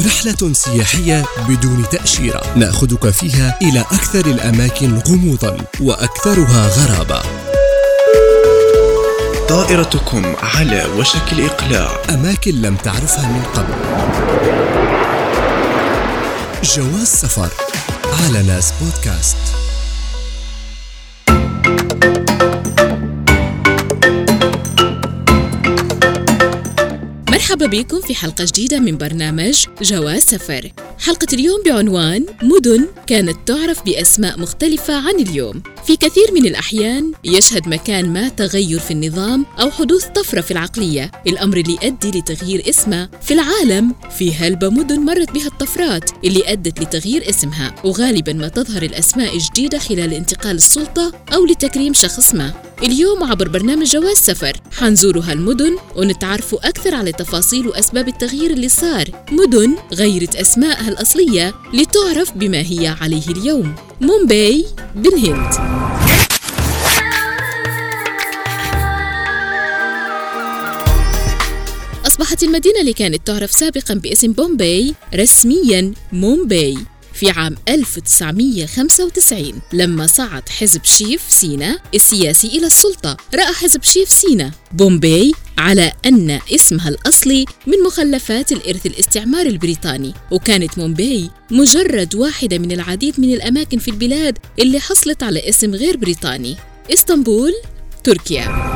رحلة سياحية بدون تأشيرة نأخذك فيها إلى أكثر الأماكن غموضاً وأكثرها غرابة. طائرتكم على وشك الإقلاع، أماكن لم تعرفها من قبل. جواز سفر على ناس بودكاست. مرحبا بكم في حلقة جديدة من برنامج جواز سفر. حلقة اليوم بعنوان مدن كانت تعرف بأسماء مختلفة عن اليوم. في كثير من الأحيان يشهد مكان ما تغير في النظام أو حدوث طفرة في العقلية، الأمر اللي يؤدي لتغيير اسمه. في العالم في هلبة مدن مرت بها الطفرات اللي أدت لتغيير اسمها، وغالباً ما تظهر الأسماء الجديدة خلال انتقال السلطة أو لتكريم شخص ما. اليوم عبر برنامج جواز سفر حنزور هالمدن ونتعرفوا أكثر على تفاصيل وأسباب التغيير اللي صار. مدن غيرت أسمائها الأصلية لتعرف بما هي عليه اليوم. مومباي بالهند. أصبحت المدينة اللي كانت تعرف سابقاً باسم بومباي رسمياً مومباي في عام 1995 لما صعد حزب شيف سينا السياسي إلى السلطة. رأى حزب شيف سينا بومباي على أن اسمها الأصلي من مخلفات الإرث الاستعماري البريطاني، وكانت مومباي مجرد واحدة من العديد من الأماكن في البلاد اللي حصلت على اسم غير بريطاني. إسطنبول تركيا.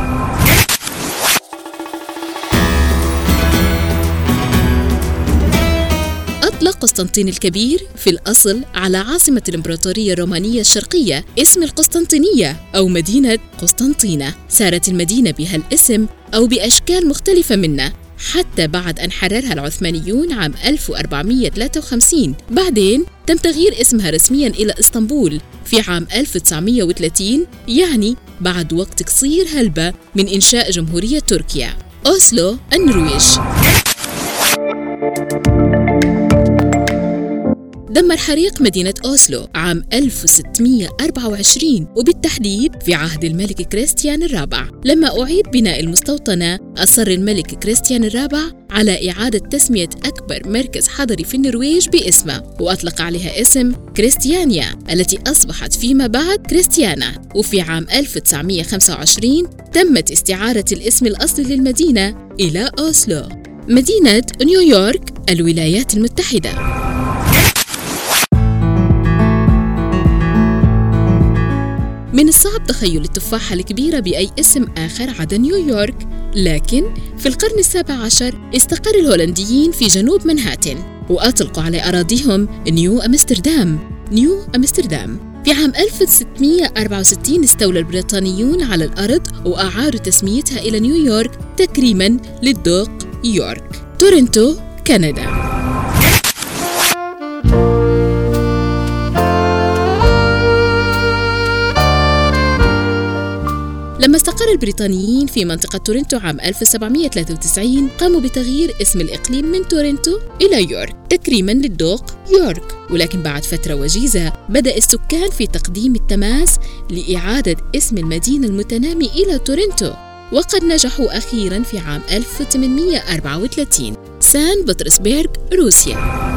أطلق قسطنطين الكبير في الأصل على عاصمة الإمبراطورية الرومانية الشرقية اسم القسطنطينية أو مدينة قسطنطينة. سارت المدينة بها الاسم أو بأشكال مختلفة منه حتى بعد أن حررها العثمانيون عام 1453. بعدين تم تغيير اسمها رسمياً إلى إسطنبول في عام 1930، يعني بعد وقت قصير هلبة من إنشاء جمهورية تركيا. أوسلو النرويج. دمر حريق مدينة أوسلو عام 1624 وبالتحديد في عهد الملك كريستيان الرابع. لما أعيد بناء المستوطنة أصر الملك كريستيان الرابع على إعادة تسمية أكبر مركز حضري في النرويج باسمه، وأطلق عليها اسم كريستيانيا التي أصبحت فيما بعد كريستيانا. وفي عام 1925 تمت استعارة الاسم الأصلي للمدينة إلى أوسلو. مدينة نيويورك الولايات المتحدة. من الصعب تخيل التفاحة الكبيرة بأي اسم آخر عدا نيويورك، لكن في القرن ال17 استقر الهولنديين في جنوب منهاتن وأطلقوا على أراضيهم نيو أمستردام. في عام 1664 استولى البريطانيون على الأرض وأعادوا تسميتها إلى نيويورك تكريماً للدوق يورك. تورنتو كندا. لما استقر البريطانيين في منطقة تورنتو عام 1793 قاموا بتغيير اسم الإقليم من تورنتو إلى يورك تكريماً للدوق يورك. ولكن بعد فترة وجيزة بدأ السكان في تقديم التماس لإعادة اسم المدينة المتنامي إلى تورنتو، وقد نجحوا أخيراً في عام 1834. سان بطرسبرغ روسيا.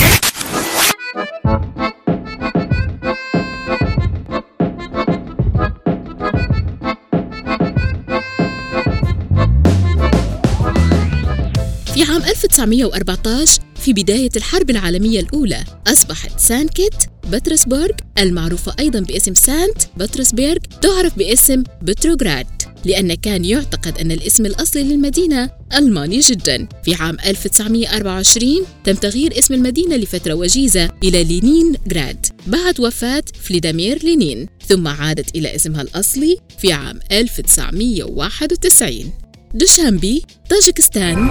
في عام 1914 في بداية الحرب العالمية الأولى أصبحت سانكت بطرسبرغ المعروفة أيضاً باسم سانت بطرسبرغ تعرف باسم بتروغراد، لأن كان يعتقد أن الاسم الأصلي للمدينة ألماني جداً. في عام 1924 تم تغيير اسم المدينة لفترة وجيزة إلى لينينغراد بعد وفاة فلاديمير لينين، ثم عادت إلى اسمها الأصلي في عام 1991. دوشانبي طاجكستان.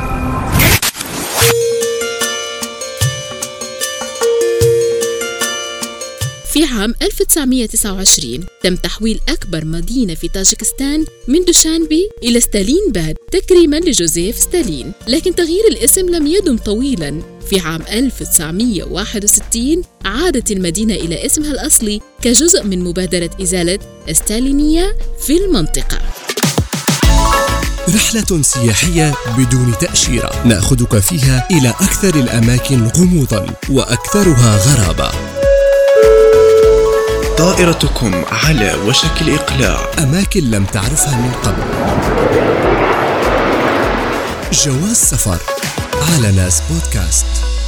في عام 1929 تم تحويل أكبر مدينة في طاجكستان من دوشانبي إلى ستالينباد تكريماً لجوزيف ستالين، لكن تغيير الاسم لم يدم طويلاً. في عام 1961 عادت المدينة إلى اسمها الأصلي كجزء من مبادرة إزالة الستالينية في المنطقة. رحلة سياحية بدون تأشيرة نأخذك فيها إلى أكثر الأماكن غموضاً وأكثرها غرابة. طائرتكم على وشك الإقلاع. أماكن لم تعرفها من قبل. جواز سفر على ناس بودكاست.